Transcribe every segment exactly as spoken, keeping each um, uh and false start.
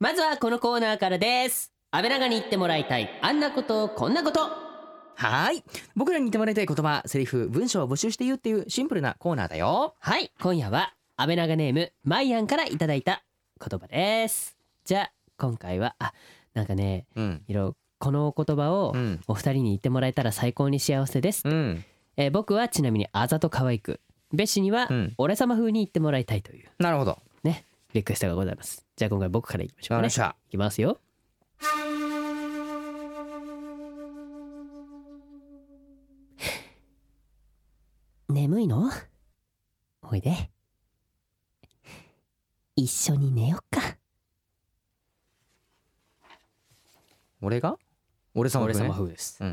まずはこのコーナーからです。安倍長に言ってもらいたいあんなことこんなこと。 はい、僕らに言ってもらいたい言葉、セリフ、文章を募集して言うっていうシンプルなコーナーだよ。 はい、今夜は安倍長ネームマイアンからいただいた言葉です。じゃあ今回はあなんかね、うん、いろこの言葉をお二人に言ってもらえたら最高に幸せです、うん、えー、僕はちなみにあざと可愛く、ベッシには俺様風に言ってもらいたいという、 なるほどね、リクエストがございます。じゃあ今回僕からいきましょうかね。いきますよ。眠いの？おいで、一緒に寝よっか。 俺が俺様風、ね、 俺様風です、うん、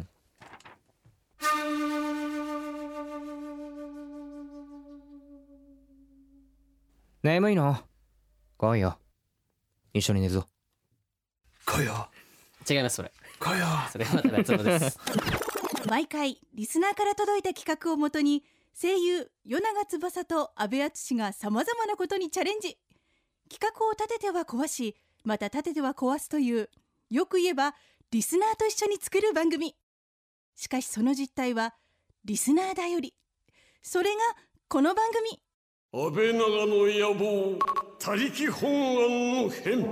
眠いの？来いよ、一緒に寝るぞ。 来いよ。 違います、それ来いよ。 それはまた別物です毎回リスナーから届いた企画をもとに声優与永翼と阿部淳がさまざまなことにチャレンジ。企画を立てては壊し、また立てては壊すという、よく言えばリスナーと一緒に作る番組。しかしその実態はリスナーだより。それがこの番組、 安倍長の野望他力本願の変。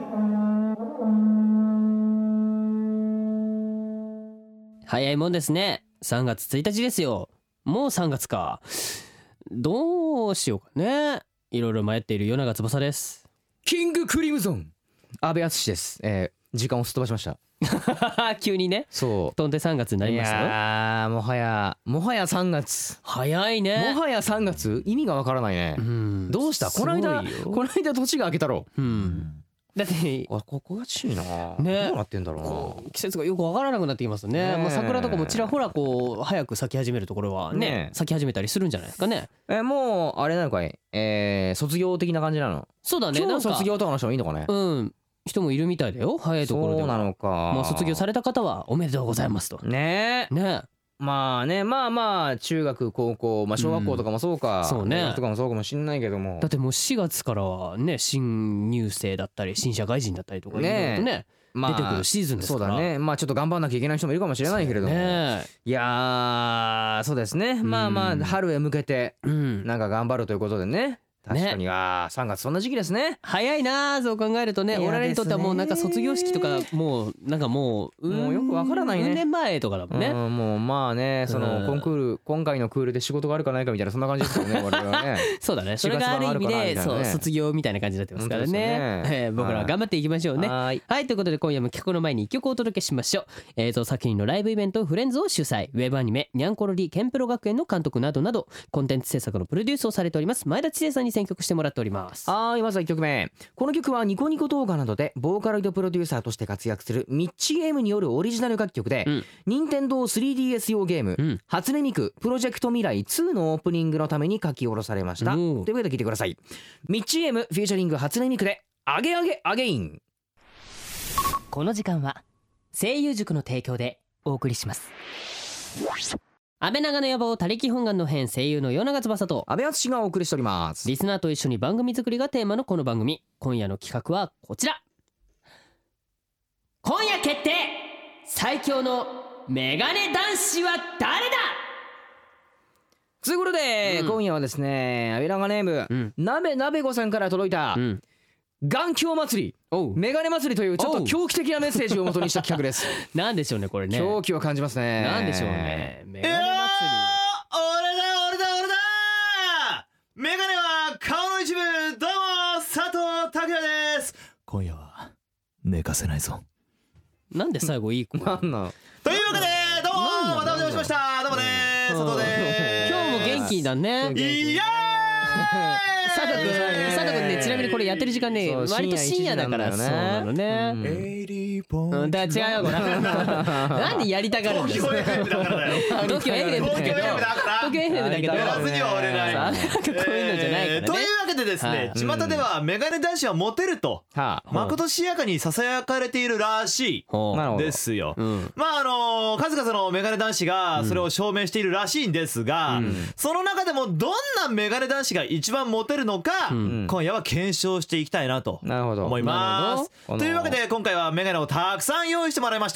早いもんですね。さんがつついたちですよ。もうさんがつか。どうしようかね。いろいろ迷っている与永翼です。 キングクリムゾン阿部淳です、えー、時間をすっ飛ばしました急にね、そう飛んでさんがつになりましたよ。 いやもはやもはやさんがつ、 早いね。 もはやさんがつ、意味がわからないね。うんどうした、この間この間年が明けたろ。うんだってあここがちいな、ね、どうなってんだろうな。 季節がよくわからなくなってきますね。まあ桜とかもちらほらこう早く咲き始めるところは ね, ね咲き始めたりするんじゃないですかね。 えもうあれなのかい、えー、卒業的な感じなの。 そうだね、 今日卒業とかの人もいいのかね。 うん人もいるみたいだよ、早いところでは。 そうなのか。 もう卒業された方はおめでとうございますと。 ねえねえまあねまあまあ中学高校、まあ、小学校とかもそうか、うん、そうね大学とかもそうかもしんないけども、 だってもうしがつからはね新入生だったり新社会人だったりとかいろいろとね出てくるシーズンですから、 そうだね。まあちょっと頑張んなきゃいけない人もいるかもしれないけれども、ね、いやそうですね、まあまあ春へ向けてなんか頑張るということでね、確かに、ね、あさんがつそんな時期ですね。 早いなそう考えるとね。俺らにとってはもうなんか卒業式とかもうなんかもうもうよくわからないね。 何年前とかだもんね。 うんもうまあねそのコンクール今回のクールで仕事があるかないかみたいなそんな感じですよね我々はねそうだね、それがある意味で、ね、そう卒業みたいな感じになってますからね。ね、えー、僕らは頑張っていきましょうね。はい、はいということで今夜も企画の前にいっきょくお届けしましょう。映像作品のライブイベントフレンズを主催、ウェブアニメニャンコロリケンプロ学園の監督などなどコンテンツ制作のプロデュースをされております前田知世さんに選曲してもらっております。 はい、まずはいっきょくめ。この曲はニコニコ動画などでボーカロイドプロデューサーとして活躍するミッチゲームによるオリジナル楽曲で、うん、任天堂 スリーディーエス 用ゲーム、うん、初音ミクプロジェクト未来ツーのオープニングのために書き下ろされました、うん、というわけで聴いてください。ミッチゲームフューチャリング初音ミクでアゲアゲアゲイン。 この時間は声優塾の提供でお送りします。安倍長の野望他力本願の編、声優の与永翼と阿部淳がお送りしております。 リスナーと一緒に番組作りがテーマのこの番組、今夜の企画はこちら。今夜決定、最強のメガネ男子は誰だ。 ということで、うん、今夜はですね安倍長ネーム、うん、なべなべごさんから届いた、うん眼鏡祭りメガネ祭りというちょっと狂気的なメッセージを元にした企画です。 なんでしょうねこれね。 狂気を感じますね。 なんでしょうねメガネ祭り。俺だ俺だ俺だメガネは顔の一部。どうも佐藤拓也です。今夜は寝かせないぞ。 なんで最後いい子なんなんというわけでどうもまたお邪魔しました。どうもね佐藤です。 今日も元気だね。 いや佐藤君佐藤君ね、ちなみにこれやってる時間ね割と深夜だから。そうなのね。エリポン、うん、だから違うよこれ。なんでやりたがるんですか。 東京 エフエム だからね。 東京 エフエム だけど東京 エフエム だけどやらずには折れない。 こういうのじゃないからね。 というわけでですね、巷ではメガネ男子はモテるとまことしやかにささやかれているらしいですよ。まああの数々のメガネ男子がそれを証明しているらしいんですが、その中でもどんなメガネ男子が一番モテるのか今夜は検証していきたいなと思います。というわけで今回はメガネをたくさん用意してもらいました。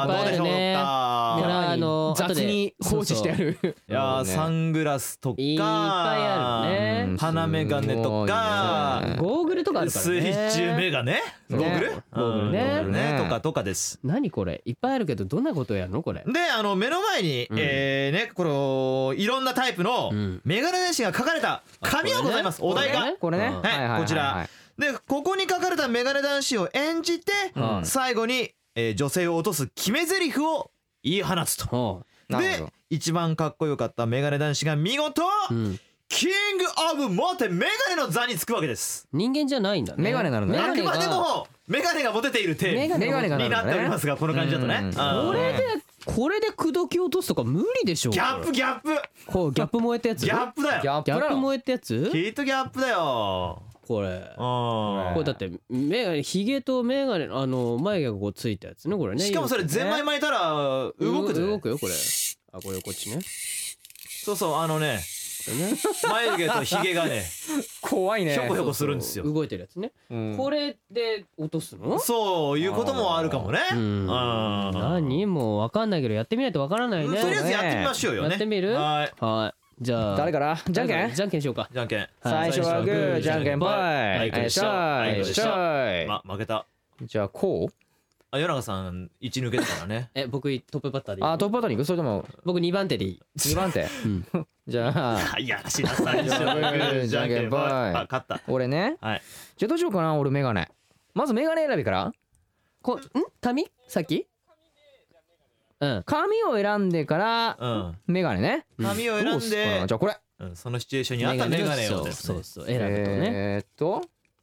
どうでしょうか。 これはあの雑に放置してある。 いやサングラスとかいっぱいあるね。 鼻メガネとかゴーグルとかあるからね。 水中メガネゴーグルゴーグルねとかとかです。 何これいっぱいあるけどどんなことやるのこれであの目の前にえねこれいろんなタイプのメガネ男子が書かれた紙がございます。お題がこれねはいこちらでここに書かれたメガネ男子を演じて最後に女性を落とす決め台詞を言い放つと。で一番かっこよかったメガネ男子が見事キングオブモテメガネの座につくわけです。 人間じゃないんだね。 メガネなのね。 あくまでもメガネがモテている体になっておりますがこの感じだとね。 これでこれで口説き落とすとか無理でしょ。 ギャップギャップこうギャップ萌えってやつ。 ギャップだよ。 ギャップ萌えってやつ。 きっとギャップだよこれ。これだってメガネヒゲとメガネあの眉毛がこうついたやつねこれね。 しかもそれゼンマイ巻いたら動く動くよこれ。あこれこっちね。 そうそうあのね眉毛とヒゲがね怖いね。 ひょこひょこするんですよ。 動いてるやつね。これで落とすの？ そういうこともあるかもね。 何もうわかんないけどやってみないとわからないね。 とりあえずやってみましょうよね。 やってみる？はい。はい。じゃあ誰からじゃんけん？ じゃんけんしようか。 じゃんけん。 最初はグーじゃんけんぽい。はいしょいしょい。 ま負けた。 じゃあこう？ あ与永さん一抜けたからね。 え僕トップバッターでいい？ あトップバッターに行く？それとも僕にばん手でいい？ にばん手。じゃあいやらしいな最初はグーじゃんけんぽい。あ勝った。 俺ね。 はい。 じゃあどうしようかな俺メガネ。まずメガネ選びから。 こん紙？さっき？うん。 紙を選んでからメガネね。 紙を選んでじゃあこれ。 そのシチュエーションに合ったメガネをですね。 そうそう選ぶとね。 えっと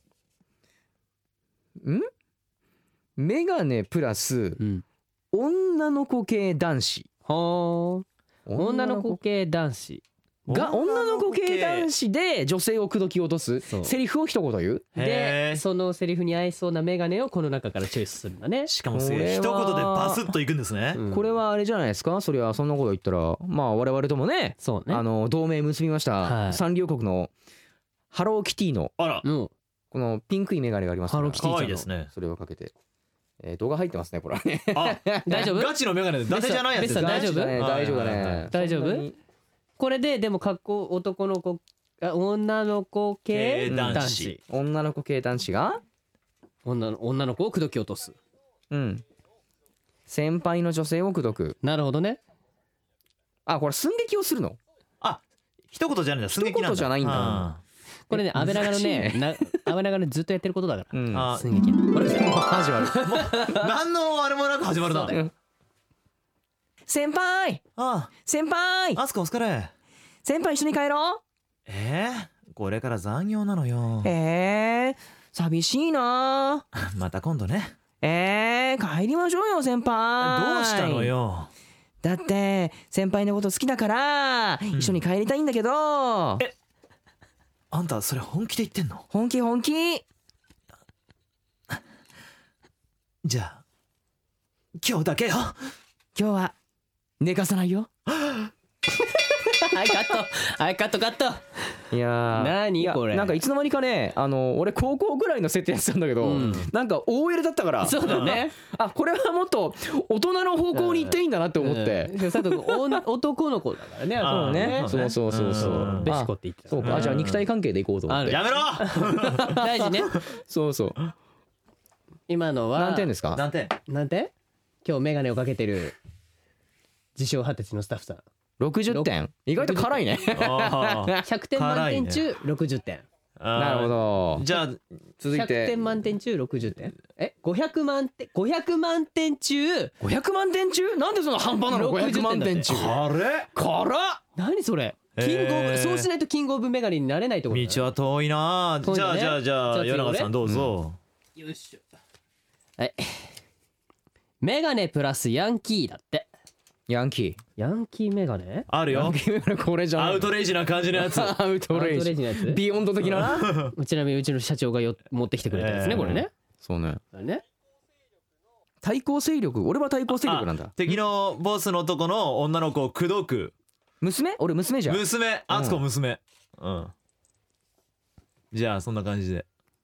ん？メガネプラス女の子系男子。 はあ。女の子系男子が女の子系男子で女性を口説き落とすセリフを一言言う。 でそのセリフに合いそうなメガネをこの中からチョイスするんだね。 しかも一言でバスッといくんですね。 これはあれじゃないですか。それはそんなこと言ったらまあ我々ともねあの同盟結びましたサンリオ国のハローキティのこのピンクいメガネがありますから。 可愛いですね。 それをかけてえー、動画入ってますねこれはね。 大丈夫？ ガチのメガネで伊達じゃないやつです。 大丈夫？ 大丈夫だね。 大丈夫？これででも格好男の子女の子系男子女の子系男子が女の女の子を口説き落とす。 うん先輩の女性を口説く。 なるほどね。 あこれ寸劇をするの？ あ一言じゃないんだ。寸劇なんだ。 一言じゃないんだ。 これね安倍長のね安倍長のずっとやってることだから。寸劇。 これもう始まる。 何のあれもなく始まるな。 先輩先輩アスカお疲れ。 先輩一緒に帰ろう。 えー、これから残業なのよ。 えー、寂しいな。 また今度ね。 えー、帰りましょうよ先輩。 どうしたのよ。 だって先輩のこと好きだから、うん、一緒に帰りたいんだけど。 えあんたそれ本気で言ってんの？ 本気本気。 じゃあ今日だけよ。 今日は寝かさないよ。 はいカットはいカットカット。 いや何これ。 なんかいつの間にかねあの俺高校ぐらいの設定やってたんだけど、うん、なんか オーエル だったから。 そうだね。 あこれはもっと大人の方向に行っていいんだなって思って。 男の子だからね。 そうね。そうそうそうそう。 ベシコって言ってた。 そうか。あじゃあ肉体関係でいこうと思って。 やめろ。 大事ね。 そうそう。 今のは何点ですか？ 何点？ 何点？今日メガネをかけてる自称二十歳のスタッフさん。 ろくじゅってん。意外と辛いね。 ひゃくてん満点中ろくじゅってん。 なるほど。 じゃあ続いてひゃくてん満点中ろくじゅってん。えごひゃくまん点ごひゃくまん点中ごひゃくまん点中なんでその半端なの？ごひゃくまん点中。 辛っ辛っ。 何それ。キングオブそうしないとキングオブメガネになれないってこと。 道は遠いな。じゃあじゃあじゃあ与永さんどうぞ。 よいしょ。はい。メガネプラスヤンキーだって。 ヤンキーヤンキーメガネあるよ。 これじゃん。 アウトレイジな感じのやつ。 アウトレイジのやつ。 ビヨンド的なな。 ちなみにうちの社長がよ持ってきてくれたやつね、これね。 そうね。 ね。 対抗勢力。俺は対抗勢力なんだ。 敵のボスのとこの女の子を口説く。 娘？俺娘じゃん。 娘。あつこ娘。うん。じゃあそんな感じで。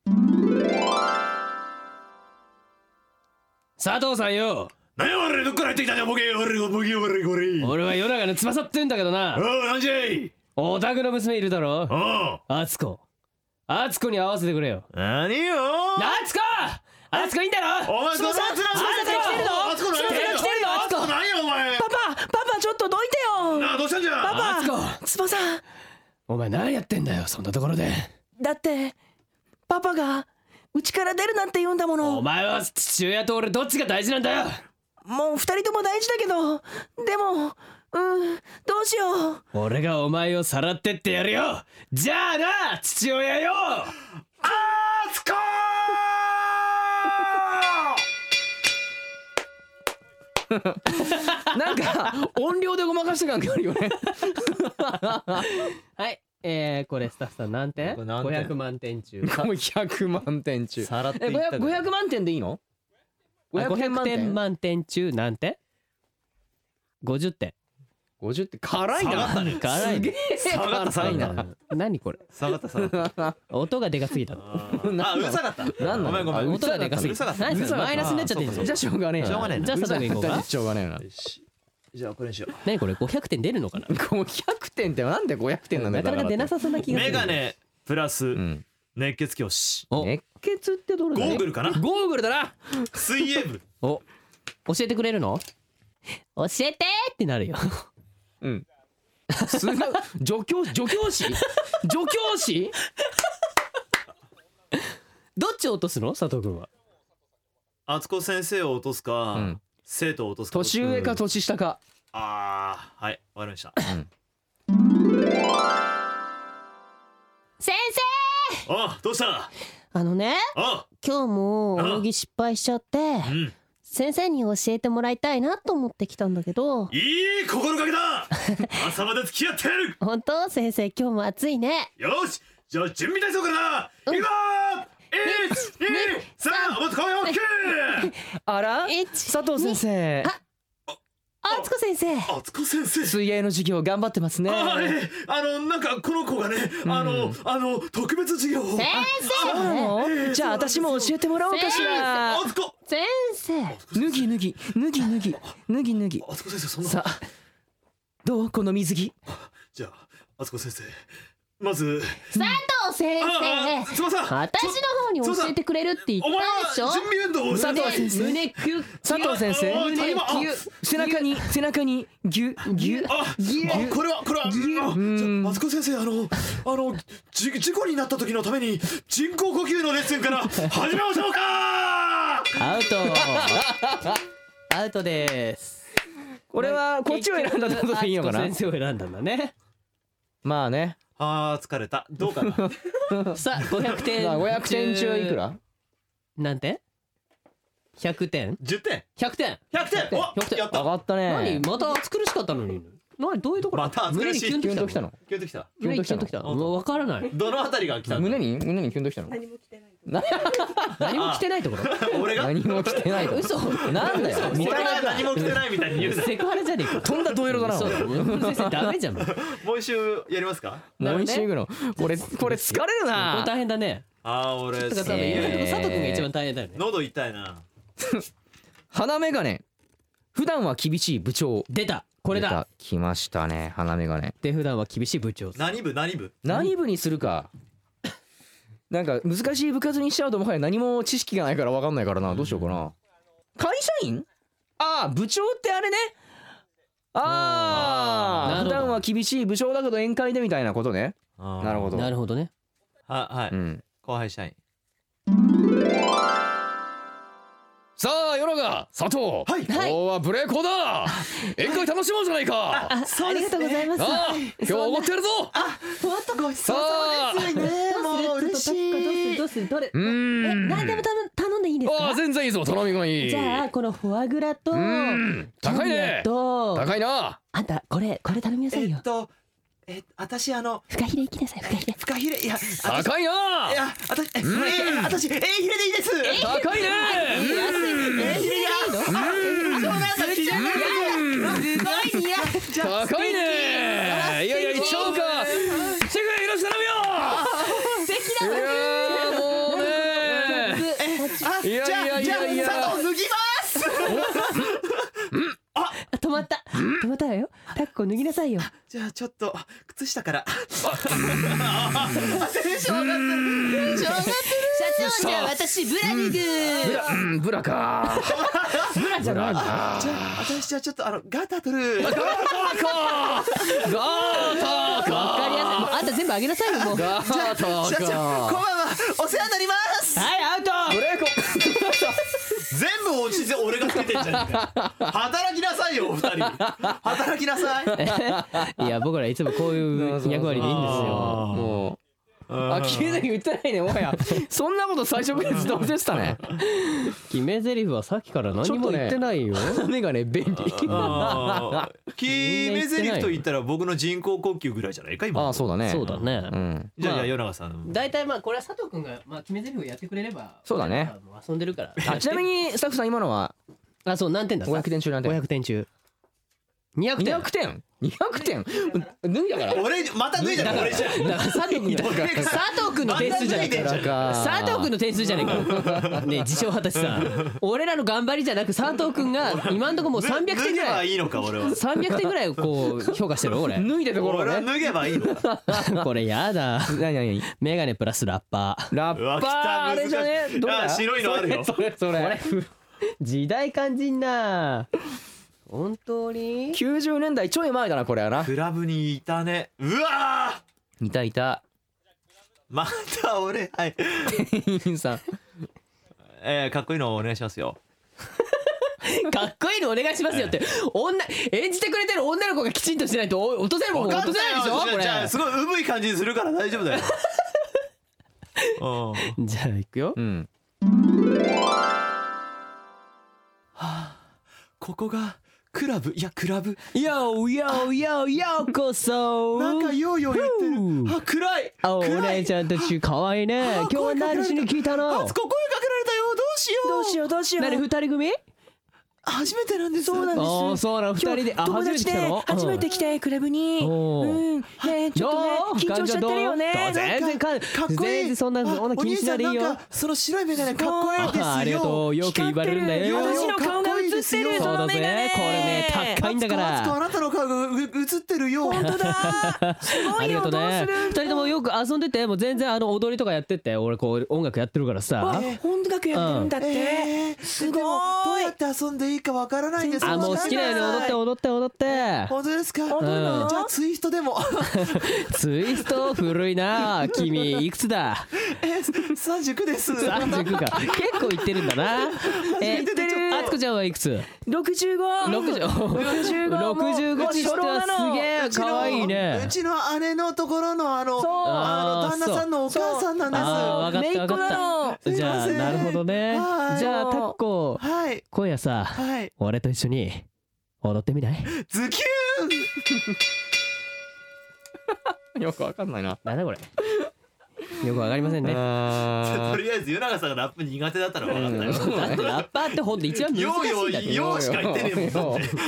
佐藤さんよ。 何や俺どっから入ってきたんだボケ俺ボケ俺これ。 俺は夜中の翼ってんだけどな。 おうなんじゃい。 お宅の娘いるだろ。 おう。 あつこ。あつこに合わせてくれよ。 何よ。 あつこ。あつこいいんだろ。 お前そのつらつら来てるの。 あつこ何や。 来てるの。 あつこ何やお前。 パパパパちょっとどいてよ。 なあどうしたんじゃ。 パパ。 あつこ。 翼。 お前何やってんだよそんなところで。 だってパパがうちから出るなんて言うんだもの。 お前は父親と俺どっちが大事なんだよ。 もう二人とも大事だけど、でもうんどうしよう。 俺がお前をさらってってやるよ。じゃあな父親よ。 あつこなんか音量でごまかして感があるよね。 はい、えー、これスタッフさん何点？ これ何点ごひゃくまんてん中。 ごひゃくまんてん中。 さらってえいったごひゃくまんてんでいいの？ ごひゃくてん満点中何点？ごじゅってん。 ごじゅって辛いな。 下がったね。 辛い。 すげえ下がった下がったな。何これ？ 下がった下がった。 音がでかすぎたの。 あうるさかった。 なんなのごめんごめん。 音がでかすぎた。何それマイナスになっちゃってんじゃん。 じゃあしょうがねえな。 しょうがねえなじゃあ佐藤君行こうか。 しょうがねえな。 よし。じゃあこれにしよう。 何これごひゃくてん出るのかな？ ごひゃくてんってなんでごひゃくてんなんだよ。 なかなか出なさそうな気がする。 メガネプラスうん熱血教師。 お熱血ってどれだね。 ゴーグルかな。 ゴーグルだな。 水泳部。 お教えてくれるの？教えてってなるよ。 うんすごい。助教助教師助教師どっちを落とすの佐藤君は？ あつこ先生を落とすか、 うん生徒を落とすか。 年上か年下か。 ああはいわかりました。 先生、 あどうした。 あのねあ今日も泳ぎ失敗しちゃってうん先生に教えてもらいたいなと思ってきたんだけど。 いい心がけだ。朝まで付き合ってやる。 本当？先生今日も暑いね。 よしじゃあ準備体操からな、うん、いくぞー。いちにさんもっと声を大きく。 あら佐藤先生。 あつこ先生。 あつこ先生水泳の授業頑張ってますね。 はい、あのなんかこの子がね、あの、うん、あの特別授業を。 先生。 そうなの？じゃあ私も教えてもらおうかしら。 あつこ先生。 脱ぎ脱ぎ脱ぎ脱ぎ脱ぎ脱ぎ。 あつこ先生そんな。 さあどうこの水着。 じゃああつこ先生まず佐藤先生。 すみません。 私の方に教えてくれるって言ったでしょ。 準備運動を佐藤先生。 胸キュッ。 佐藤先生。 胸キュッ。背中に背中にギュギュ。 あギュ。これはこれは。じゃああつこ先生あのあのじ事故になった時のために人工呼吸のレッスンから始めましょうか。 アウト。アウトです。 これはこっちを選んだってことでいいのかな。 先生を選んだんだね。 まあね。 あー疲れた。どうかな。 さあごひゃくてん。 ごひゃくてん中いくら？ なんて？ひゃくてん？ じゅってん。 ひゃくてん。 ひゃくてん。おひゃくてん。 やった。 上がったね。 何また暑苦しかったのに。何どういうところ？ また暑苦しい。 胸にキュンときたの？ キュンときた。 胸にキュンときた。わからない。 どのあたりが来た？ 胸に胸にキュンときたの？ 何も着てない。 何も着てないところ？ 俺が？ 何も着てないところ。 嘘。 なんだよ。 俺が何も着てないみたいに言う。 セクハラじゃねえか。 とんだドエロだな。 そう。先生ダメじゃん。もう一周やりますか？ もう一周行くの。これこれ疲れるな。 これ大変だね。 ああ俺。 だから多分いろいろ佐藤君が一番大変だよね。 喉痛いな。 鼻メガネ。普段は厳しい部長。 出た。これだ。 来ましたね。鼻メガネ。 で普段は厳しい部長。 何部何部？ 何部にするか。なんか難しい部活にしちゃうともはや何も知識がないから分かんないからな。どうしようかな。会社員？ああ部長ってあれね。ああ普段は厳しい部長だけど宴会でみたいなことね。なるほど。 なるほどね。 ははい。うん。後輩社員。 さあ世永佐藤、 はい、 今日はブレーコーだ。宴会楽しもうじゃないか。 あ、そうですね。ありがとうございます。 今日はおごってやるぞ。 あ、もっとごちそうさまですよね。もう嬉しい。どうするどうするどれ？ うん。 何でも頼んでいいですか？ あ全然いいぞ、頼みがいい。 じゃあこのフォアグラと高いね、高いな。 あんたこれこれ頼みなさいよ。 えっとえ私あのフカヒレ行きなさい。フカヒレフカヒレいや高いな。 いや私え私えヒレでいいです。 高いね。 えヒレがそうなんだ。すごい似合う。 高いね。いやいや行っちゃおうか。シェフよろしく頼むよ。 素敵だ。 いやもうね。いやいやいやいや。 佐藤脱ぎます。 あ止まった止まったわよ。タッコ脱ぎなさいよ。 じゃあちょっと靴下から。テンション上がってる。 社長じゃあ私ブラ脱ぐ。 ブラうんブラか。 ブラじゃないの。 じゃあ私じゃあちょっとあのガーター取る。 ガーターか。ガーターか。 わかりやすい。もうあんた全部あげなさいよもう。 ガーターか。 社長こんばんはお世話になります。 はいアウト。 ブレーコ。 全部落ちて俺がつけてんじゃねえか。働きなさいよお二人。働きなさい。 いや僕らいつもこういう役割でいいんですよ。 もうあ決め台詞言ってないねもはや。そんなこと最初からずっと忘れてたね。 決め台詞はさっきから何も言ってないよ。 メガネ便利。 決め台詞と言ったら僕の人工呼吸ぐらいじゃないか今。 あそうだね。 そうだね。 うん。 じゃあじゃあ与永さん。 だいたいまあこれは佐藤君がまあ決め台詞をやってくれれば。 そうだね。 遊んでるから。 あちなみにスタッフさん今のはあそう何点だ。 ごひゃくてん中何点。 ごひゃくてん中。にひゃくてん。 にひゃくてん。にひゃくてん。脱いだから。 俺また脱いだから俺じゃん。 だから佐藤君が佐藤君の点数じゃないか。佐藤君の点数じゃないか。ね自称果たしさん。俺らの頑張りじゃなく佐藤君が今んとこもうさんびゃくてんぐらい。 脱げばいいのか俺は。 さんびゃくてんぐらいをこう評価してる俺。 脱いだところ俺はがね。 脱げばいいのか。 これやだ。 何何メガネプラスラッパー。 ラッパーあれじゃね。どれだ。 白いのあるよ。 それそれ。 時代感じんな。本当にきゅうじゅうねんだいちょい前だなこれはな。 クラブにいたね。うわいたいた。 また俺はい。 店員さん。 えー、かっこいいのお願いしますよ。 かっこいいのお願いしますよって女演じてくれてる女の子がきちんとしないと落とせるもん落とせないでしょこれ。 じゃあすごいうぶい感じにするから大丈夫だよ。 じゃあ行くよ。 うん。 はあ、ここがクラブいやクラブ。 よよよようこそ。 なんかようよう言ってる。あ暗い。 あお姉ちゃんたち可愛いね。今日は何しに聞いたの。 あつこ声かけられたよ。どうしよう。 どうしようどうしよう。 何二人組？ 初めてなんです。 そうなんです。 ああそうなの二人で。あ友達で初めて来てクラブに。うん。ねちょっとね緊張しちゃってるよね。 全然かっこいい。全然そんなそんな気にしないでいいよ。 その白いメガネかっこいいですよ。 ありがとうよく言われるんだよ。 私の顔が映ってるそのメガネ。 これね高いんだから。 あなたの顔が映ってるよ。 本当だ。すごいよ。どうする？ 二人ともよく遊んでてもう全然あの踊りとかやってって俺こう音楽やってるからさ。 音楽やってるんだって。すごい。 どうやって遊んでいいかわからないんです。 あもう好きなように踊って踊って踊って。 本当ですか。じゃあツイストでも。 ツイスト古いな。君いくつだ。 えさんじゅうきゅうです。 さんじゅうきゅうか結構いってるんだな。えあつこちゃんはいくつ。 ろくじゅうご。 ろくじゅうご。ろくじゅうごにしてはすげえ可愛いね。 うちの姉のところのあのあの旦那さんのお母さんなんです。 あ分かった分かった。じゃあなるほどね。じゃあタッコ今夜さ俺と一緒に踊ってみない？ ズキューン。よくわかんないな。 なんだこれ。よくわかりませんね。とりあえず与永さんがラップ苦手だったら分かったよ。 だってラッパーってほんと一番難しいんだって。 ようしか言ってねえもん。 ラ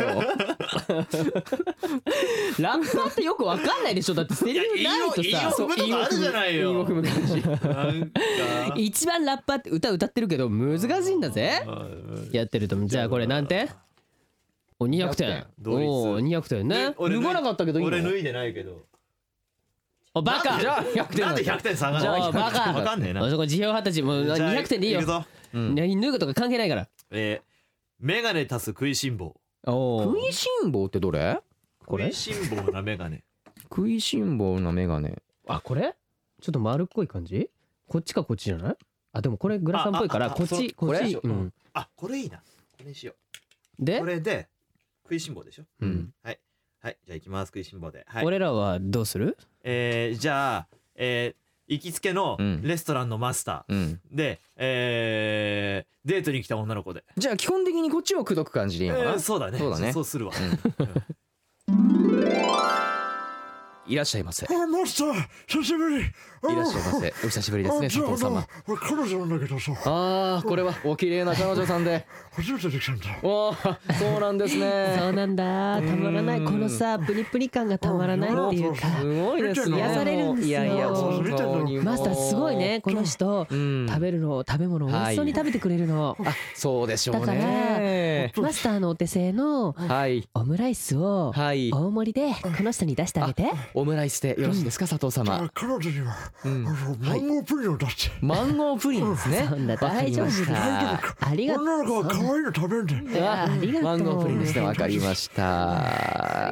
ッパーってよくわかんないでしょ。だってセリフないとさ。 韻を踏むとかあるじゃないよ。 韻を踏む感じ。一番ラッパーって歌歌ってるけど難しいんだぜ。やってると。じゃあこれ何点？おにひゃくてん。おおにひゃくてんね。 脱がなかったけどいいの？ 俺脱いでないけど。 おバカ。 じゃあひゃくてん。 なんでひゃくてん下がるの？ じゃあバカ。 わかんねえな。 そこ辞表二十歳もうにひゃくてんでいいよ。脱ぐとか関係ないから。 えメガネ足す食いしん坊。 食いしん坊ってどれ？ これ？食いしん坊なメガネ。 食いしん坊なメガネ。 あこれ？ちょっと丸っこい感じ？こっちかこっちじゃない？あでもこれグラサンっぽいからこっちこっち。 あこれいいな。これにしよう。で？ これで食いしん坊でしょ。 うん。 はいはいじゃあ行きます食いしん坊で。 俺らはどうする？ えじゃあえ行きつけのレストランのマスター、うん、で、えー、デートに来た女の子で。 じゃあ基本的にこっちを口説く感じでいいのかな、 えー、そうだねそうだねそうするわ、うんいらっしゃいませ。 あ、マスター、久しぶり。 いらっしゃいませ。お久しぶりですね、佐藤様。 彼女なんだけどさ。 ああ、これはお綺麗な彼女さんで。 初めてできたんだ。 おー、そうなんですね。 そうなんだ。たまらない。このさ、プリプリ感がたまらないっていうか。 すごいですね。 癒されるんですよ。 いやいや、 マスターすごいね。この人、食べるの、食べ物を美味しそうに食べてくれるの。 あ、そうでしょうね。 だからマスターのお手製のオムライスを大盛りでこの人に出してあげて。 オムライスでよろしいですか、佐藤様。 彼女にはマンゴープリンを出して。 マンゴープリンですね。 そんな大丈夫だ。ありがとう。 女の子は可愛いの食べるんで。 ありがとう。 マンゴープリンですね。わかりました。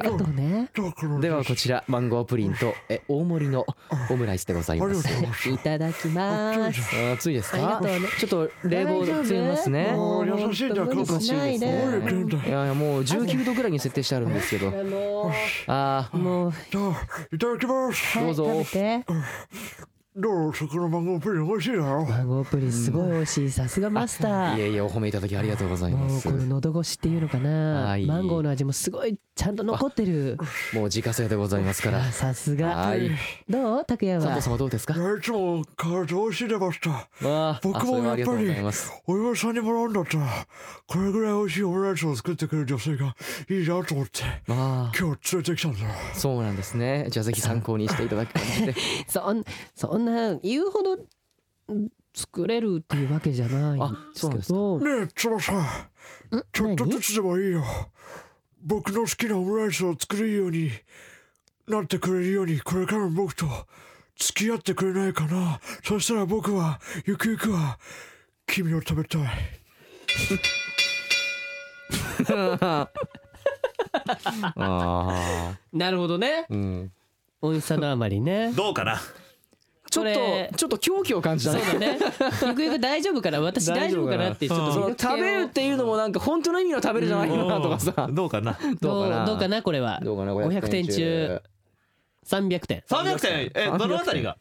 ありがとうね。 ではこちらマンゴープリンとえ大盛りのオムライスでございます。 いただきます。 熱いですか？ちょっと冷房つけますね。 優しいんだ。 無理しないで。 いやいやもうじゅうきゅうどぐらいに設定してあるんですけど。ああもういただきます。 どうぞ。 食べて。 どうそこのマンゴープリン美味しいだろ。 マンゴープリンすごい美味しい。さすがマスター。 いやいやお褒めいただきありがとうございます。 もうこの喉越しっていうのかな。マンゴーの味もすごいちゃんと残ってる。 もう自家製でございますから。 さすが。どう？拓也は。 佐藤様どうですか？ いつも変わらず美味しいでました。僕もやっぱりお嫁さんにもらうんだったらこれぐらい美味しいオムライスを作ってくれる女性がいいなと思って今日連れてきたんだ。 そうなんですね。じゃあぜひ参考にしていただく感じで。 そんそんな言うほど作れるっていうわけじゃないんですけど。 ねえ翼さん、ちょっとずつでもいいよ。僕の好きなオムライスを作れるようになってくれるようにこれからも僕と付き合ってくれないかな。そしたら僕はゆくゆくは君を食べたい。 あなるほどね、うん、美味しさのあまりね。 どうかな。 ちょっとちょっと狂気を感じたね。 そうだね。ゆくゆく大丈夫かな、私大丈夫かなってちょっとその食べるっていうのもなんか本当の意味の食べるじゃないのなとかさ。 どうかな。 どうどうかなこれは。 どうかな。 ごひゃくてん中さんびゃくてん。 さんびゃくてん。えどのあたりが？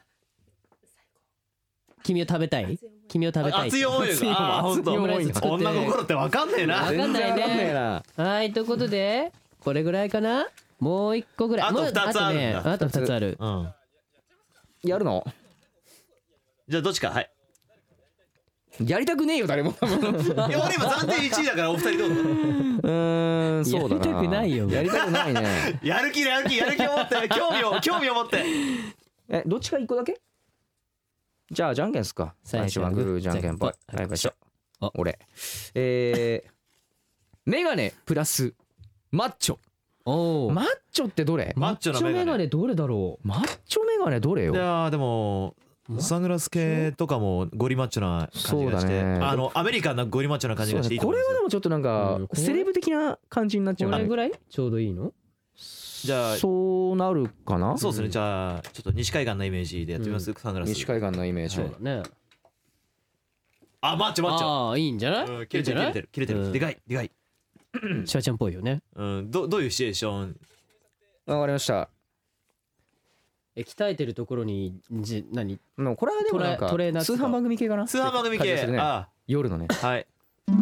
君を食べたい？君を食べたい。 熱い思いが。あ本当。女心ってわかんねえな。 わかんないね。はいということでこれぐらいかな。もう一個ぐらい。 あとふたつあるんだ。 あとふたつある。 やるの？ じゃあどっちか。はい。 やりたくねえよ誰も。いや俺今暫定いちいだからお二人どうぞ。うーんそうだな。 やりたくないよ。 やりたくないね。 やる気やる気やる気を持って興味を興味を持って。 えどっちか一個だけ？じゃあじゃんけんすか。最初はグーじゃんけんぽい。はい、しょ。俺。えー、メガネプラスマッチョ。おマッチョってどれ？ マッチョのメガネどれだろう？マッチョメガネどれよ？ いやでもサングラス系とかもゴリマッチョな感じがして、ね、あのアメリカンなゴリマッチョな感じがしていいと思うんですよ。 これはでもちょっとなんか、うん、セレブ的な感じになっちゃう。 これぐらいちょうどいいの？ じゃあそうなるかな。 そうですね。じゃあちょっと西海岸のイメージでやってみます、うん、サングラス。 西海岸のイメージ、 そうだね。 あマッチョマッチョ。 ああいいんじゃない？うん、 切れてる切れてる切れてる、うん、でかいでかい。 シャーちゃんっぽいよね。 うんどどういうシチュエーション？ わかりました。 え鍛えてるところにじ何？ もうこれはでもなんかトレーナー通販番組系かな。 通販番組系。ね、あ夜のね。 はい。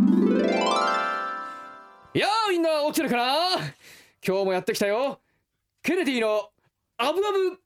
いやーみんな起きてるかな。今日もやってきたよ。ケネディのアブアブ。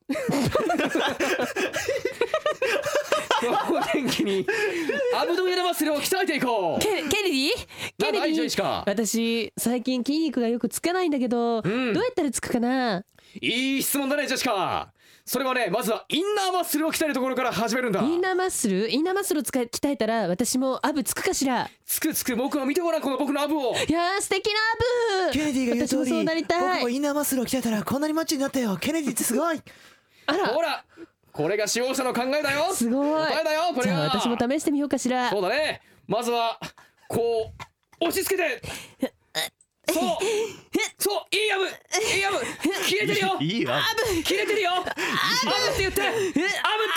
今日も元気にアブドミナルマッスルを鍛えていこう。 ケ, ケネディケネディ私最近筋肉がよくつかないんだけど、うん、どうやったらつくかな。 いい質問だねジェシカ。それはねまずはインナーマッスルを鍛えるところから始めるんだ。 インナーマッスルインナーマッスルを鍛えたら私もアブつくかしら。 つくつく。僕は見てごらんこの僕のアブを。 いやー素敵なアブ。 ケネディが言う通り私もそうなりたい。 僕もインナーマッスルを鍛えたらこんなにマッチョになったよ。ケネディってすごい。 あらほらこれが使用者の考えだよ。 すごい答えだよこれが。 じゃあ私も試してみようかしら。 そうだね。まずはこう押し付けてそうそういいアブいいアブ切れてるよ。 いいアブ切れてるよ。アブって言ってアブって言って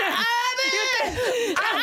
ア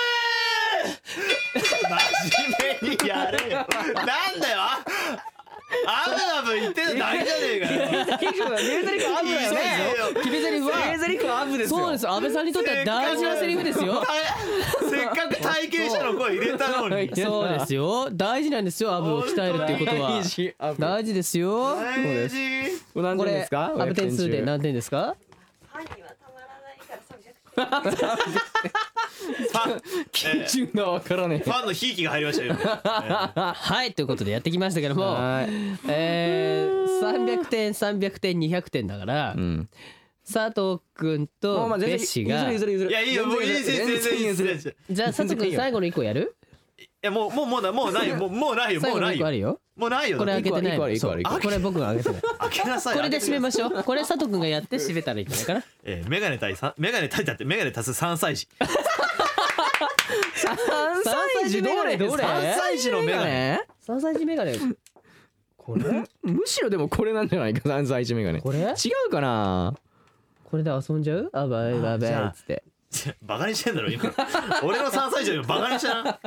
ブアブアブ真面目にやれよ。なんだよアブアブ言ってるだけじゃねえかよ。 決め台詞アブだよね。 決め台詞は決め台詞はアブですよ。 そうです。安倍さんにとっては大事なセリフですよ。 せっかく体験者の声入れたのに。 そうですよ。大事なんですよ。アブを鍛えるっていうことは。大事ですよ。 大事。 これ何点ですか？ アブ点数で何点ですか？ ファンにはたまらないからさんびゃくてん。 基準がわからねえ。 ファンのひいきが入りましたよ。 はいということでやってきましたけども、えー、さんびゃくてんさんびゃくてんにひゃくてんだから、うん、佐藤くんとベッシがいやいいよもういいです全然いいですじゃあ佐藤くん最後のいっこやる？ いやもうもうもうもうないよもうもうないよもうないよもうないよこれ開けてないこれ僕が開けてない開けなさいこれで締めましょうこれ佐藤くんがやって締めたらいいんじゃないかなえーメガネ対メガネ対だってメガネ足すさんさい児さんさい児どれどれさんさい児のメガネさんさい児メガネこれむしろでもこれなんじゃないかさんさい児メガネこれ違うかなこれで遊んじゃうあばいばべっつってバカにしてんだろ今俺のさんさい児をバカにしたな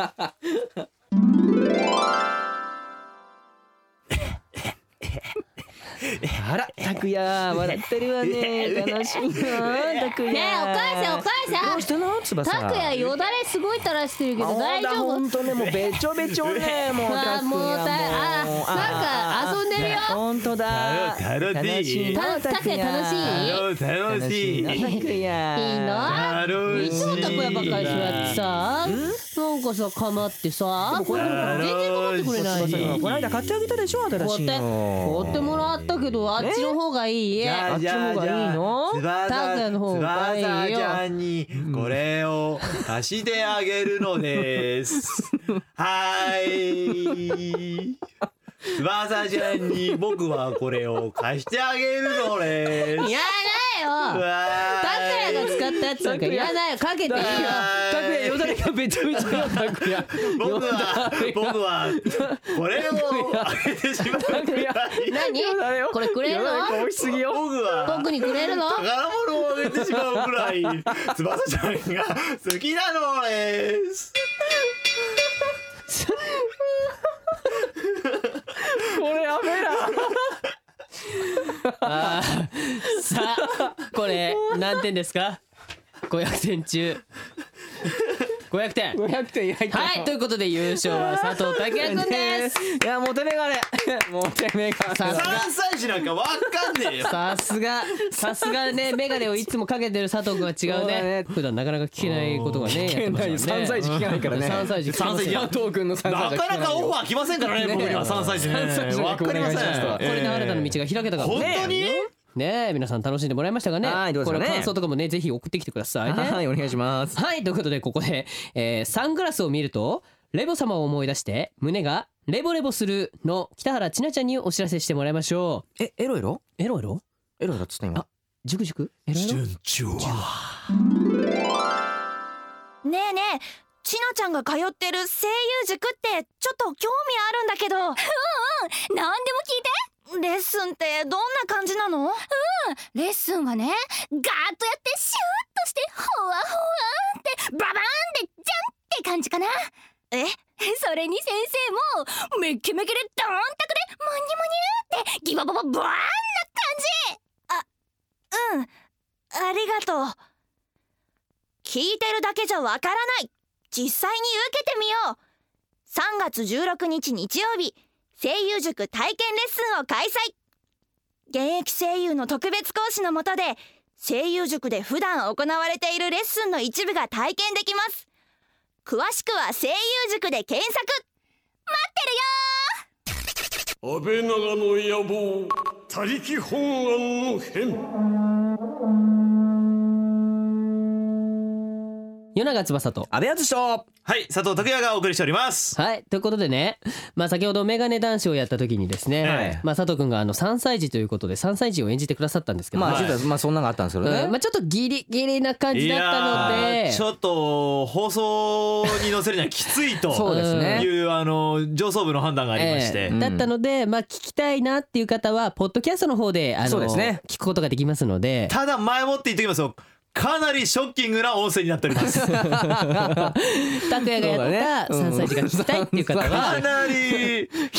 あら拓也笑ってるわね楽しいな拓也ねえお母さんお母さんどうしたの翼拓也よだれすごい垂らしてるけど大丈夫？ ほんとねもうべちょべちょねもうあもうだあなんか遊んでるよほんとだ楽しい拓也楽しい楽しい拓也いいの？ 楽しいいつも拓也ばっかりそうやってさなんかさ構ってさ全然構ってくれないしこの間買ってあげたでしょ新しいの買ってもらったけどあっちの方がいいあっちの方がいいの拓也の方がいいよ翼ちゃんにこれを貸してあげるのですはい翼ちゃんに僕はこれを貸してあげるのですいやだよ拓也が使ったやつなんかいらないよかけていいよ拓也よだれがべちょべちょよ拓也僕は僕はこれをあげてしまうくらい何これくれるの僕は僕にくれるの宝物をあげてしまうくらい翼ちゃんが好きなのですこれやべえなあさあこれ何点ですかごひゃくてん中ごひゃくてんごひゃくてんはいということで優勝は佐藤拓也くんですいやモテメガネモテメガネさんさい児なんかわかんねえよさすがさすがねメガネをいつもかけてる佐藤くんは違うね普段なかなか聞けないことがね聞けないさんさい児聞けないからねさんさい児佐藤くんのさんさい児なかなかオファー来ませんからね僕にはさんさい児ねわかりませんこれで新たな道が開けたからね本当にねえ皆さん楽しんでもらいましたかね。 はいどうですかね。 これ感想とかもねぜひ送ってきてくださいね。 はいお願いします。 はいということでここで、えー、サングラスを見るとレボ様を思い出して胸がレボレボするの北原千奈ちゃんにお知らせしてもらいましょう。えエロエロエロエロエロエロっつった今。 あジュクジュクエロエロ順調はねえねえちなちゃんが通ってる声優塾ってちょっと興味あるんだけどうんうん何でも聞いてレッスンってどんな感じなの？うんレッスンはねガーッとやってシューッとしてホワホワってババーンでジャンって感じかな。 えそれに先生もメッケメケでドーンタクでモニモニってギババババーンな感じ。 あうんありがとう。聞いてるだけじゃわからない。実際に受けてみよう。さんがつじゅうろくにち日曜日声優塾体験レッスンを開催。現役声優の特別講師の下で声優塾で普段行われているレッスンの一部が体験できます。詳しくは声優塾で検索。 待ってるよ。 安倍長の野望他力本願の変。 与永翼と安倍敦とはい佐藤拓也がお送りしております。 はいということでねまあ先ほどメガネ男子をやった時にですね、はい、まあ佐藤くんがあのさんさい児ということでさんさい児を演じてくださったんですけどまあ、はい、まあそんなのがあったんですけどね、 うん、まあちょっとギリギリな感じだったのでちょっと放送に載せるにはきついとそうですねいうあの上層部の判断がありまして、 えー、だったのでまあ聞きたいなっていう方はポッドキャストの方であのそうですね聞くことができますのでただ前もって言っておきますよかなりショッキングな音声になっております拓也がやったさんさい児が聞きたいっていう方はかなり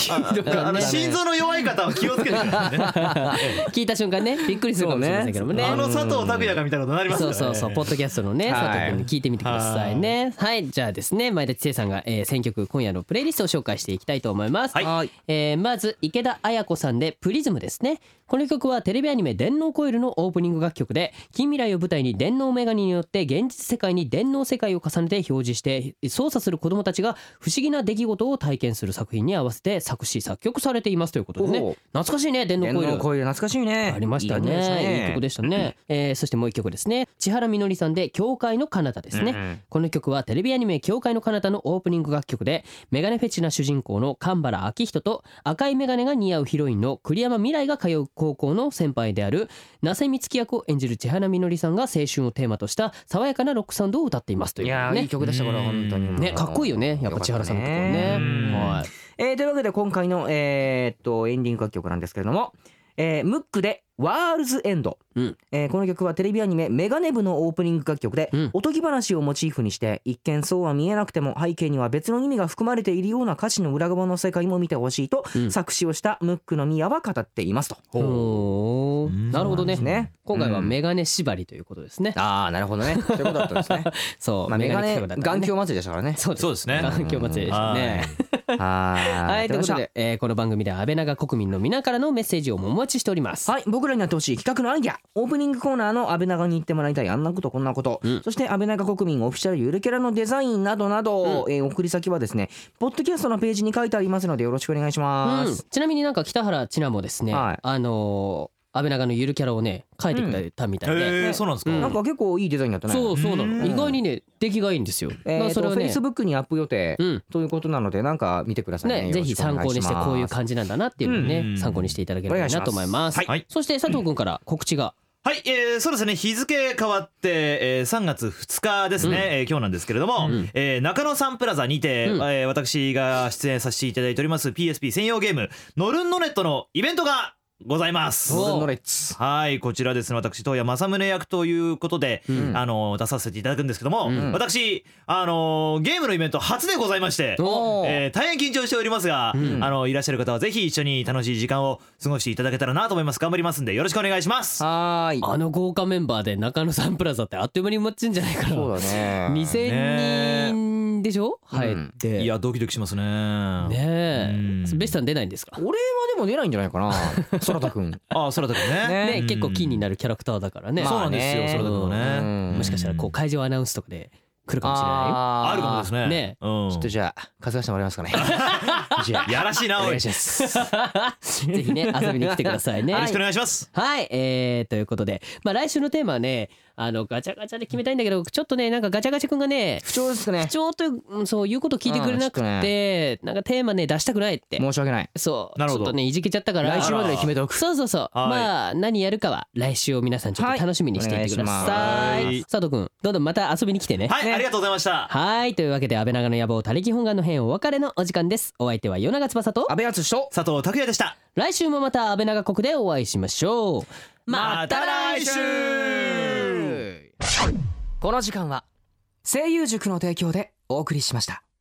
あの心臓の弱い方は気をつけてくださいね聞いた瞬間ねびっくりするかもしれませんけどもね。 あの佐藤拓也がみたいなことになりますからね。 そうそうそうポッドキャストのね佐藤君に聞いてみてくださいね。はい、じゃあですね前田知世さんが、えー、選曲今夜のプレイリストを紹介していきたいと思います。はい、えー、まず池田綾子さんでプリズムですね。この曲はテレビアニメ電脳コイルのオープニング楽曲で近未来を舞台に電脳メガネによって現実世界に電脳世界を重ねて表示して操作する子どもたちが不思議な出来事を体験する作品に合わせて作詞作曲されていますということでね。懐かしいね電脳コイル。 電脳コイル懐かしいね。 ありましたね。いいね、いい曲でしたね、えー、そしてもう一曲ですね千原みのりさんで教会の彼方ですね、うんうん、この曲はテレビアニメ教会の彼方のオープニング楽曲でメガネフェチな主人公の神原明人と赤いメガネが似合うヒロインの栗山未来が通う高校の先輩である那瀬美月役を演じる千原みのりさんが青春をテーマとした爽やかなロックサウンドを歌っていますという、ね、 いやいい曲でしたこれ本当にねかっこいいよねやっぱ千原さんのところね。はい、 えー、というわけで今回の、えー、っとエンディング楽曲なんですけれども、えー、ムックでワールズエンド、うんえー、この曲はテレビアニメメガネ部のオープニング楽曲で、うん、おとぎ話をモチーフにして一見そうは見えなくても背景には別の意味が含まれているような歌詞の裏側の世界も見てほしいと、うん、作詞をしたムックのミヤは語っていますと。 おなるほど ね, ね今回はメガネ縛りということですね、 うん、ああなるほどねそういうことだったんですねそう、まあ、メガネ眼鏡祭りでしたからね。 そうですね眼鏡祭りでしたねはいということで、えー、この番組では安倍長国民の皆からのメッセージをお待ちしております。 はい僕らになってほしい企画のアイデアオープニングコーナーの安倍長に言ってもらいたいあんなことこんなこと、うん、そして安倍長国民オフィシャルゆるキャラのデザインなどなど、うんえー、送り先はですねポッドキャストのページに書いてありますのでよろしくお願いします、うん、 ちなみになんか北原千奈もですね、はい、あのー安倍長のゆるキャラをね書いてくれたみたいで、 うん、へーそうなんですか、うん、 なんか結構いいデザインだったね。 そうそうなの意外にね出来がいいんですよ、 えー、それはね Facebook にアップ予定、うん、ということなのでなんか見てください ね, ねぜひ参考にしてこういう感じなんだなっていうのをね、うん、参考にしていただければいいなと思います。はい、そして佐藤君から告知がはい、えー、そうですね日付変わって、えー、さんがつふつかですね、うんえー、今日なんですけれども、うんえー、中野サンプラザにて、うんえー、私が出演させていただいております ピーエスピー 専用ゲームノルンノネットのイベントがございます。はいこちらですね私東谷正宗役ということで、うん、あの出させていただくんですけども、うん、私あのゲームのイベント初でございまして、えー、大変緊張しておりますが、うん、あのいらっしゃる方はぜひ一緒に楽しい時間を過ごしていただけたらなと思います。頑張りますんでよろしくお願いします。 はいあの豪華メンバーで中野サンプラザってあっという間に埋まっちゃうんじゃないかな。 そうだねにせんにんでしょ入って、 うん、いやドキドキしますね。 ねえベシさん出ないんですか。 俺はでも出ないんじゃないかな空田くんああ空田くんねね、うん、結構キーになるキャラクターだからね、 まあ、そうなんですよ空田くんもね、 うん、もしかしたらこう会場アナウンスとかで来るかもしれないよ。 あ, あるかもですね。 ね、 うん、ちょっとじゃあ稼がしてもらえますかねじゃあやらしいなおい。お願いしますぜひね遊びに来てくださいね。 よろしくお願いします。 はい、えー、ということで、まあ、来週のテーマはねあのガチャガチャで決めたいんだけどちょっとねなんかガチャガチャくんがね不調ですね。 不調というそういうこと聞いてくれなくて、うんね、なんかテーマね出したくないって申し訳ない。 そうなるほどちょっとねいじけちゃったから来週まで決めておく。 そうそうそうまあ何やるかは来週を皆さんちょっと楽しみにしていてください。はい、佐藤くんどんどんまた遊びに来てね。 はい、 ね、 ありがとうございました。 はいというわけで安倍長の野望他力本願の編お別れのお時間です。お相手は与永翼と安倍敦と佐藤拓也でした。 来週もまた安倍長国でお会いしましょう。 また来週。 この時間は声優塾の提供でお送りしました。